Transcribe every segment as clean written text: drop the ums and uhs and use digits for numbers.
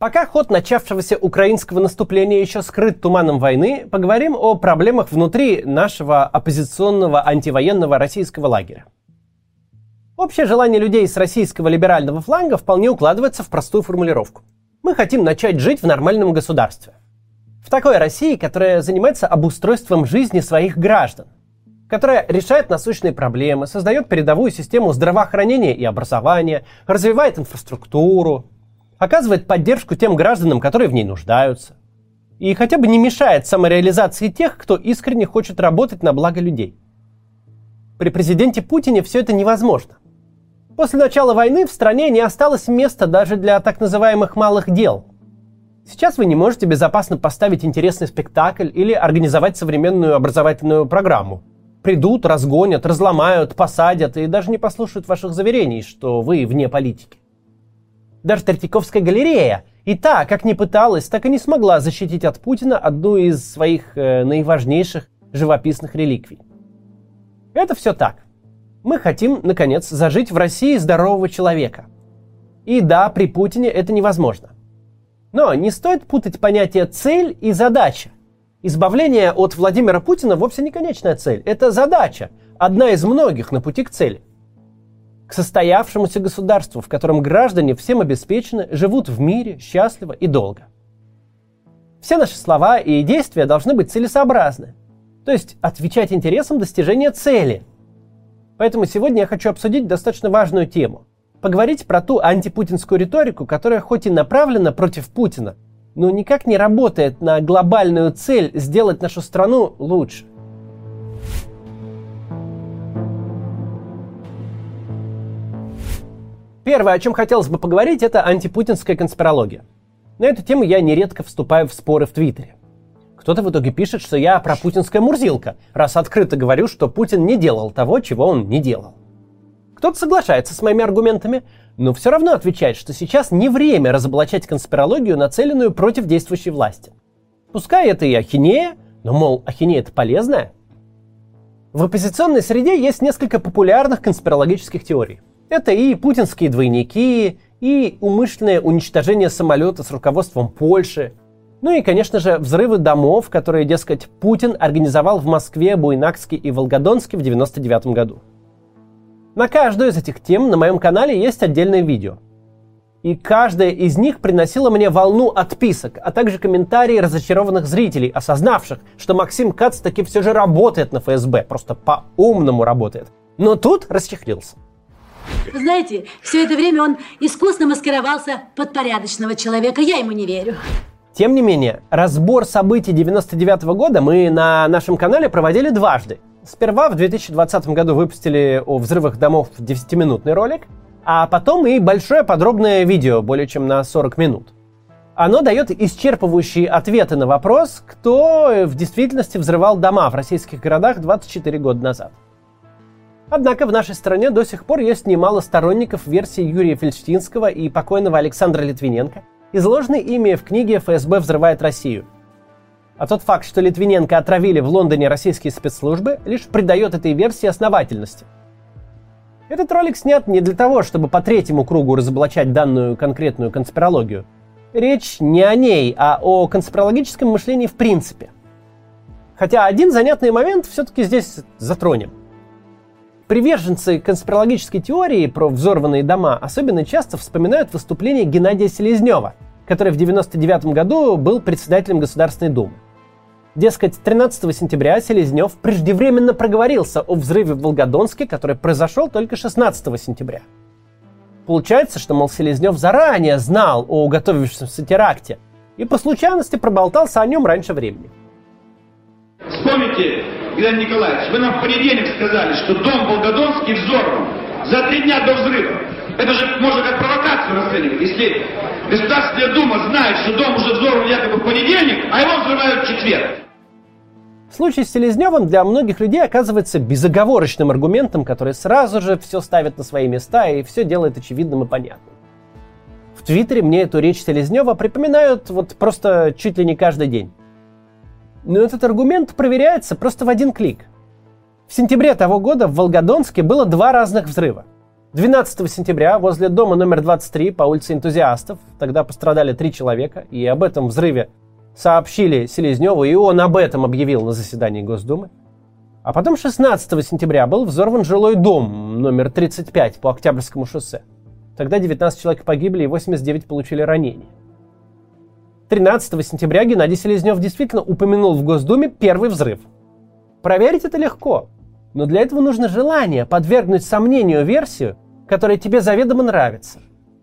Пока ход начавшегося украинского наступления еще скрыт туманом войны, поговорим о проблемах внутри нашего оппозиционного антивоенного российского лагеря. Общее желание людей с российского либерального фланга вполне укладывается в простую формулировку. Мы хотим начать жить в нормальном государстве. В такой России, которая занимается обустройством жизни своих граждан, которая решает насущные проблемы, создает передовую систему здравоохранения и образования, развивает инфраструктуру, оказывает поддержку тем гражданам, которые в ней нуждаются, и хотя бы не мешает самореализации тех, кто искренне хочет работать на благо людей. При президенте Путине все это невозможно. После начала войны в стране не осталось места даже для так называемых малых дел. Сейчас вы не можете безопасно поставить интересный спектакль или организовать современную образовательную программу. Придут, разгонят, разломают, посадят и даже не послушают ваших заверений, что вы вне политики. Даже Третьяковская галерея и та, как ни пыталась, так и не смогла защитить от Путина одну из своих наиважнейших живописных реликвий. Это все так. Мы хотим, наконец, зажить в России здорового человека. И да, при Путине это невозможно. Но не стоит путать понятия «цель» и «задача». Избавление от Владимира Путина вовсе не конечная цель. Это задача, одна из многих на пути к цели. К состоявшемуся государству, в котором граждане всем обеспечены, живут в мире, счастливо и долго. Все наши слова и действия должны быть целесообразны, то есть отвечать интересам достижения цели. Поэтому сегодня я хочу обсудить достаточно важную тему. Поговорить про ту антипутинскую риторику, которая хоть и направлена против Путина, но никак не работает на глобальную цель сделать нашу страну лучше. Первое, о чем хотелось бы поговорить, это антипутинская конспирология. На эту тему я нередко вступаю в споры в Твиттере. Кто-то в итоге пишет, что я пропутинская мурзилка, раз открыто говорю, что Путин не делал того, чего он не делал. Кто-то соглашается с моими аргументами, но все равно отвечает, что сейчас не время разоблачать конспирологию, нацеленную против действующей власти. Пускай это и ахинея, но, мол, ахинея-то полезная. В оппозиционной среде есть несколько популярных конспирологических теорий. Это и путинские двойники, и умышленное уничтожение самолета с руководством Польши, ну и, конечно же, взрывы домов, которые, дескать, Путин организовал в Москве, Буйнакске и Волгодонске в 1999 году. На каждую из этих тем на моем канале есть отдельное видео. И каждая из них приносила мне волну отписок, а также комментарии разочарованных зрителей, осознавших, что Максим Кац таки все же работает на ФСБ, просто по-умному работает. Но тут расчехлился. Вы знаете, все это время он искусно маскировался под порядочного человека. Я ему не верю. Тем не менее, разбор событий 1999 года мы на нашем канале проводили дважды. Сперва в 2020 году выпустили о взрывах домов 10-минутный ролик, а потом и большое подробное видео, более чем на 40 минут. Оно дает исчерпывающие ответы на вопрос, кто в действительности взрывал дома в российских городах 24 года назад. Однако в нашей стране до сих пор есть немало сторонников версии Юрия Фельштинского и покойного Александра Литвиненко, изложенной ими в книге «ФСБ взрывает Россию». А тот факт, что Литвиненко отравили в Лондоне российские спецслужбы, лишь придает этой версии основательности. Этот ролик снят не для того, чтобы по третьему кругу разоблачать данную конкретную конспирологию. Речь не о ней, а о конспирологическом мышлении в принципе. Хотя один занятный момент все-таки здесь затронем. Приверженцы конспирологической теории про взорванные дома особенно часто вспоминают выступление Геннадия Селезнева, который в 1999 году был председателем Государственной Думы. Дескать, 13 сентября Селезнев преждевременно проговорился о взрыве в Волгодонске, который произошел только 16 сентября. Получается, что, мол, Селезнев заранее знал о готовившемся теракте и по случайности проболтался о нем раньше времени. Вспомните, Геннадий Николаевич, вы нам в понедельник сказали, что дом Волгодонский взорван за 3 дня до взрыва. Это же можно как провокацию расценивать. Если Государственная Дума знает, что дом уже взорван якобы в понедельник, а его взрывают в четверг. Случай с Селезневым для многих людей оказывается безоговорочным аргументом, который сразу же все ставит на свои места и все делает очевидным и понятным. В Твиттере мне эту речь Селезнева припоминают вот просто чуть ли не каждый день. Но этот аргумент проверяется просто в один клик. В сентябре того года в Волгодонске было 2 разных взрыва. 12 сентября возле дома номер 23 по улице Энтузиастов, тогда пострадали 3 человека, и об этом взрыве сообщили Селезневу, и он об этом объявил на заседании Госдумы. А потом 16 сентября был взорван жилой дом номер 35 по Октябрьскому шоссе. Тогда 19 человек погибли и 89 получили ранения. 13 сентября Геннадий Селезнев действительно упомянул в Госдуме первый взрыв. Проверить это легко, но для этого нужно желание подвергнуть сомнению версию, которая тебе заведомо нравится.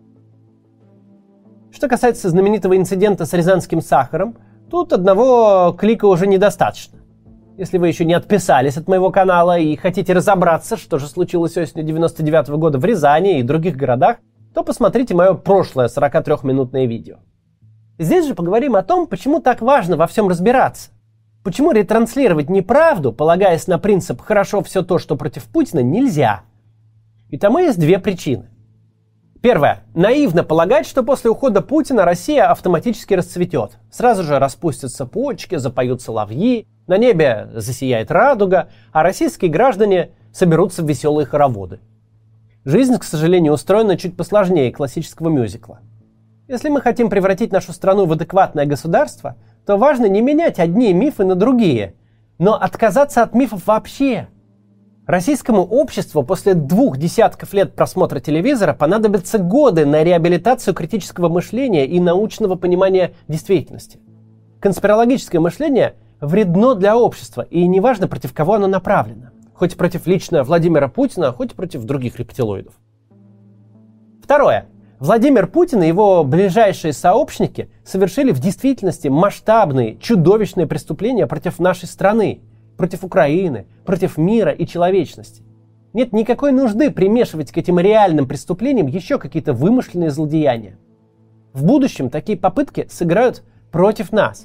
Что касается знаменитого инцидента с рязанским сахаром, тут одного клика уже недостаточно. Если вы еще не отписались от моего канала и хотите разобраться, что же случилось осенью 99 года в Рязани и других городах, то посмотрите мое прошлое 43-минутное видео. Здесь же поговорим о том, почему так важно во всем разбираться. Почему ретранслировать неправду, полагаясь на принцип «хорошо все то, что против Путина», нельзя. И тому есть 2 причины. Первое. Наивно полагать, что после ухода Путина Россия автоматически расцветет. Сразу же распустятся почки, запоют соловьи, на небе засияет радуга, а российские граждане соберутся в веселые хороводы. Жизнь, к сожалению, устроена чуть посложнее классического мюзикла. Если мы хотим превратить нашу страну в адекватное государство, то важно не менять одни мифы на другие, но отказаться от мифов вообще. Российскому обществу после 2 десятков лет просмотра телевизора понадобятся годы на реабилитацию критического мышления и научного понимания действительности. Конспирологическое мышление вредно для общества, и неважно, против кого оно направлено. Хоть против лично Владимира Путина, хоть против других рептилоидов. Второе. Владимир Путин и его ближайшие сообщники совершили в действительности масштабные, чудовищные преступления против нашей страны, против Украины, против мира и человечности. Нет никакой нужды примешивать к этим реальным преступлениям еще какие-то вымышленные злодеяния. В будущем такие попытки сыграют против нас.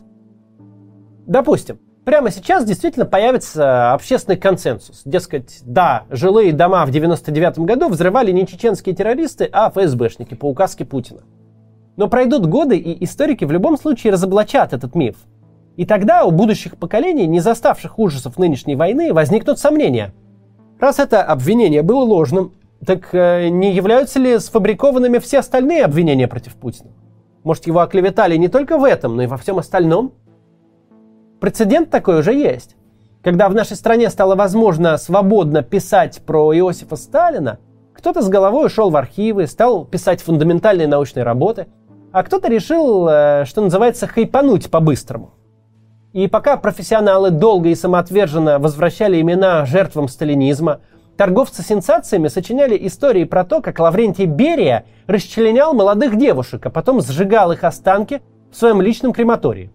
Допустим, прямо сейчас действительно появится общественный консенсус. Дескать, да, жилые дома в 99 году взрывали не чеченские террористы, а ФСБшники по указке Путина. Но пройдут годы, и историки в любом случае разоблачат этот миф. И тогда у будущих поколений, не заставших ужасов нынешней войны, возникнут сомнения. Раз это обвинение было ложным, так не являются ли сфабрикованными все остальные обвинения против Путина? Может, его оклеветали не только в этом, но и во всем остальном? Прецедент такой уже есть. Когда в нашей стране стало возможно свободно писать про Иосифа Сталина, кто-то с головой ушел в архивы, стал писать фундаментальные научные работы, а кто-то решил, что называется, хайпануть по-быстрому. И пока профессионалы долго и самоотверженно возвращали имена жертвам сталинизма, торговцы сенсациями сочиняли истории про то, как Лаврентий Берия расчленял молодых девушек, а потом сжигал их останки в своем личном крематории.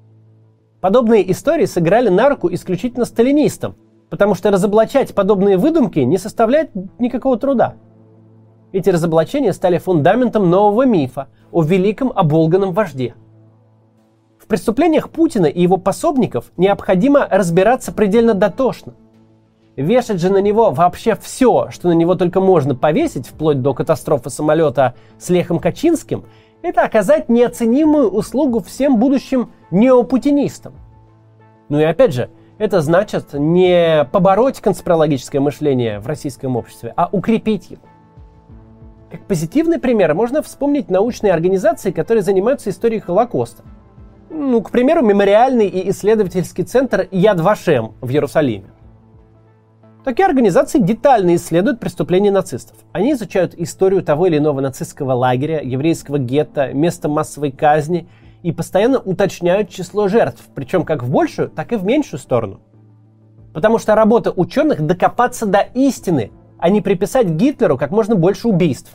Подобные истории сыграли на руку исключительно сталинистам, потому что разоблачать подобные выдумки не составляет никакого труда. Эти разоблачения стали фундаментом нового мифа о великом оболганном вожде. В преступлениях Путина и его пособников необходимо разбираться предельно дотошно. Вешать же на него вообще все, что на него только можно повесить, вплоть до катастрофы самолета с Лехом Качинским, это оказать неоценимую услугу всем будущим неопутинистам. Ну и опять же, это значит не побороть конспирологическое мышление в российском обществе, а укрепить его. Как позитивный пример можно вспомнить научные организации, которые занимаются историей Холокоста. Ну, к примеру, мемориальный и исследовательский центр Яд Вашем в Иерусалиме. Такие организации детально исследуют преступления нацистов. Они изучают историю того или иного нацистского лагеря, еврейского гетто, место массовой казни и постоянно уточняют число жертв, причем как в большую, так и в меньшую сторону. Потому что работа ученых — докопаться до истины, а не приписать Гитлеру как можно больше убийств.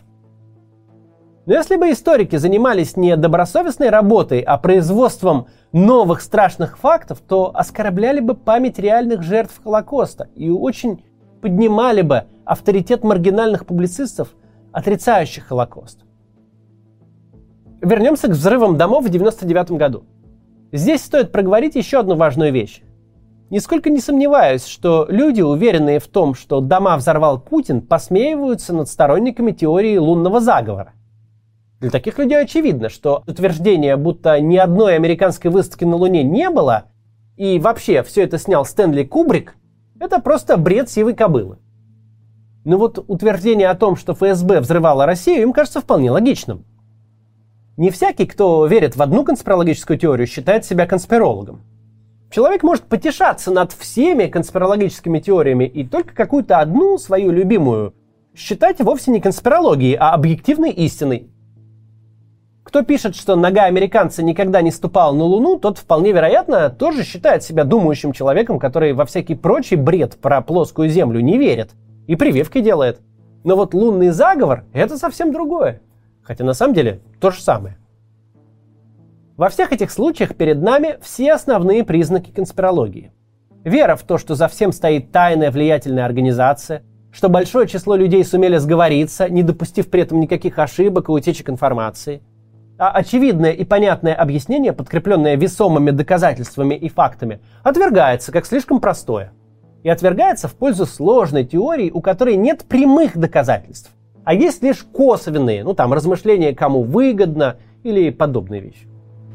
Но если бы историки занимались не добросовестной работой, а производством новых страшных фактов, то оскорбляли бы память реальных жертв Холокоста и очень поднимали бы авторитет маргинальных публицистов, отрицающих Холокост. Вернемся к взрывам домов в 1999 году. Здесь стоит проговорить еще одну важную вещь. Нисколько не сомневаюсь, что люди, уверенные в том, что дома взорвал Путин, посмеиваются над сторонниками теории лунного заговора. Для таких людей очевидно, что утверждение, будто ни одной американской выставки на Луне не было, и вообще все это снял Стэнли Кубрик, это просто бред сивой кобылы. Но вот утверждение о том, что ФСБ взрывало Россию, им кажется вполне логичным. Не всякий, кто верит в одну конспирологическую теорию, считает себя конспирологом. Человек может потешаться над всеми конспирологическими теориями и только какую-то одну, свою любимую, считать вовсе не конспирологией, а объективной истиной. Кто пишет, что нога американца никогда не ступала на Луну, тот вполне вероятно тоже считает себя думающим человеком, который во всякий прочий бред про плоскую Землю не верит и прививки делает. Но вот лунный заговор – это совсем другое. Хотя на самом деле то же самое. Во всех этих случаях перед нами все основные признаки конспирологии. Вера в то, что за всем стоит тайная влиятельная организация, что большое число людей сумели сговориться, не допустив при этом никаких ошибок и утечек информации. А очевидное и понятное объяснение, подкрепленное весомыми доказательствами и фактами, отвергается как слишком простое. И отвергается в пользу сложной теории, у которой нет прямых доказательств, а есть лишь косвенные, размышления, кому выгодно или подобные вещи.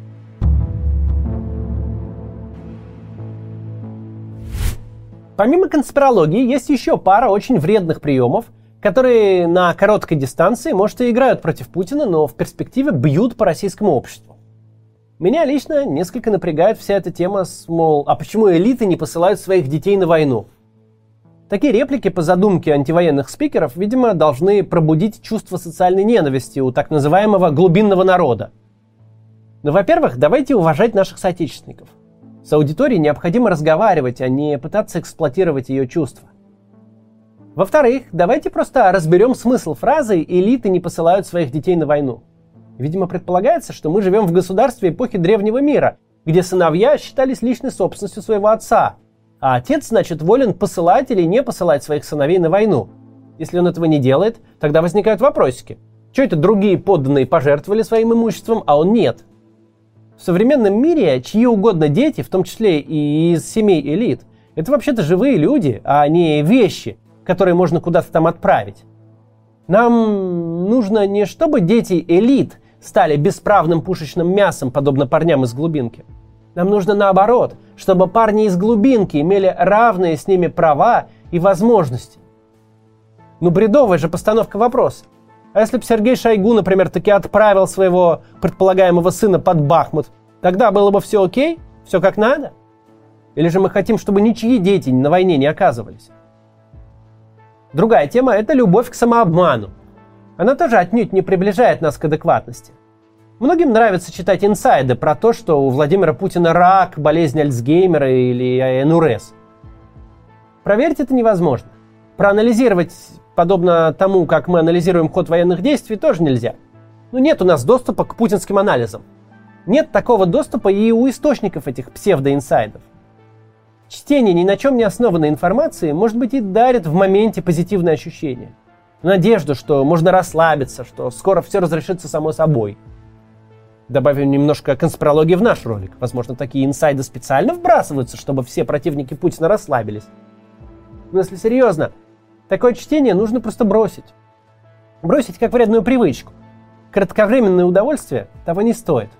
Помимо конспирологии, есть еще пара очень вредных приемов, которые на короткой дистанции, может, и играют против Путина, но в перспективе бьют по российскому обществу. Меня лично несколько напрягает вся эта тема а почему элиты не посылают своих детей на войну? Такие реплики по задумке антивоенных спикеров, видимо, должны пробудить чувство социальной ненависти у так называемого глубинного народа. Но, во-первых, давайте уважать наших соотечественников. С аудиторией необходимо разговаривать, а не пытаться эксплуатировать ее чувства. Во-вторых, давайте просто разберем смысл фразы «элиты не посылают своих детей на войну». Видимо, предполагается, что мы живем в государстве эпохи древнего мира, где сыновья считались личной собственностью своего отца, а отец, значит, волен посылать или не посылать своих сыновей на войну. Если он этого не делает, тогда возникают вопросики. Что это другие подданные пожертвовали своим имуществом, а он нет? В современном мире чьи угодно дети, в том числе и из семей элит, это вообще-то живые люди, а не вещи, которые можно куда-то там отправить. Нам нужно не чтобы дети элит стали бесправным пушечным мясом, подобно парням из глубинки. Нам нужно наоборот, чтобы парни из глубинки имели равные с ними права и возможности. Бредовая же постановка вопроса. А если бы Сергей Шойгу, например, таки отправил своего предполагаемого сына под Бахмут, тогда было бы все окей? Все как надо? Или же мы хотим, чтобы ничьи дети на войне не оказывались? Другая тема – это любовь к самообману. Она тоже отнюдь не приближает нас к адекватности. Многим нравится читать инсайды про то, что у Владимира Путина рак, болезнь Альцгеймера или НУРЭС. Проверить это невозможно. Проанализировать, подобно тому, как мы анализируем ход военных действий, тоже нельзя. Нет у нас доступа к путинским анализам. Нет такого доступа и у источников этих псевдоинсайдов. Чтение ни на чем не основанной информации, может быть, и дарит в моменте позитивное ощущение. Надежду, что можно расслабиться, что скоро все разрешится само собой. Добавим немножко конспирологии в наш ролик. Возможно, такие инсайды специально вбрасываются, чтобы все противники Путина расслабились. Но если серьезно, такое чтение нужно просто бросить. Бросить как вредную привычку. Кратковременное удовольствие того не стоит.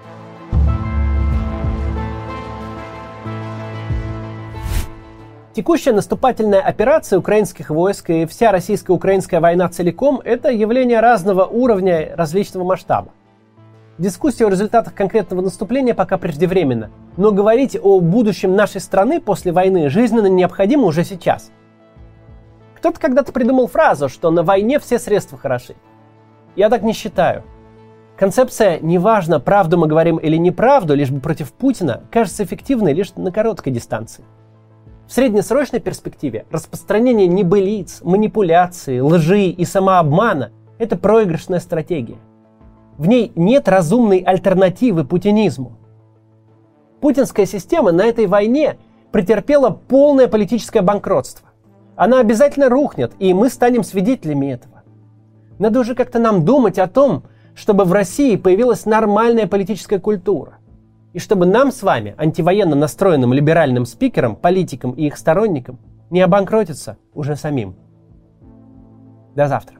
Текущая наступательная операция украинских войск и вся российско-украинская война целиком – это явление разного уровня, различного масштаба. Дискуссия о результатах конкретного наступления пока преждевременна, но говорить о будущем нашей страны после войны жизненно необходимо уже сейчас. Кто-то когда-то придумал фразу, что на войне все средства хороши. Я так не считаю. Концепция «неважно, правду мы говорим или неправду, лишь бы против Путина» кажется эффективной лишь на короткой дистанции. В среднесрочной перспективе распространение небылиц, манипуляций, лжи и самообмана – это проигрышная стратегия. В ней нет разумной альтернативы путинизму. Путинская система на этой войне претерпела полное политическое банкротство. Она обязательно рухнет, и мы станем свидетелями этого. Надо уже как-то нам думать о том, чтобы в России появилась нормальная политическая культура. И чтобы нам с вами, антивоенно настроенным либеральным спикерам, политикам и их сторонникам, не обанкротиться уже самим. До завтра.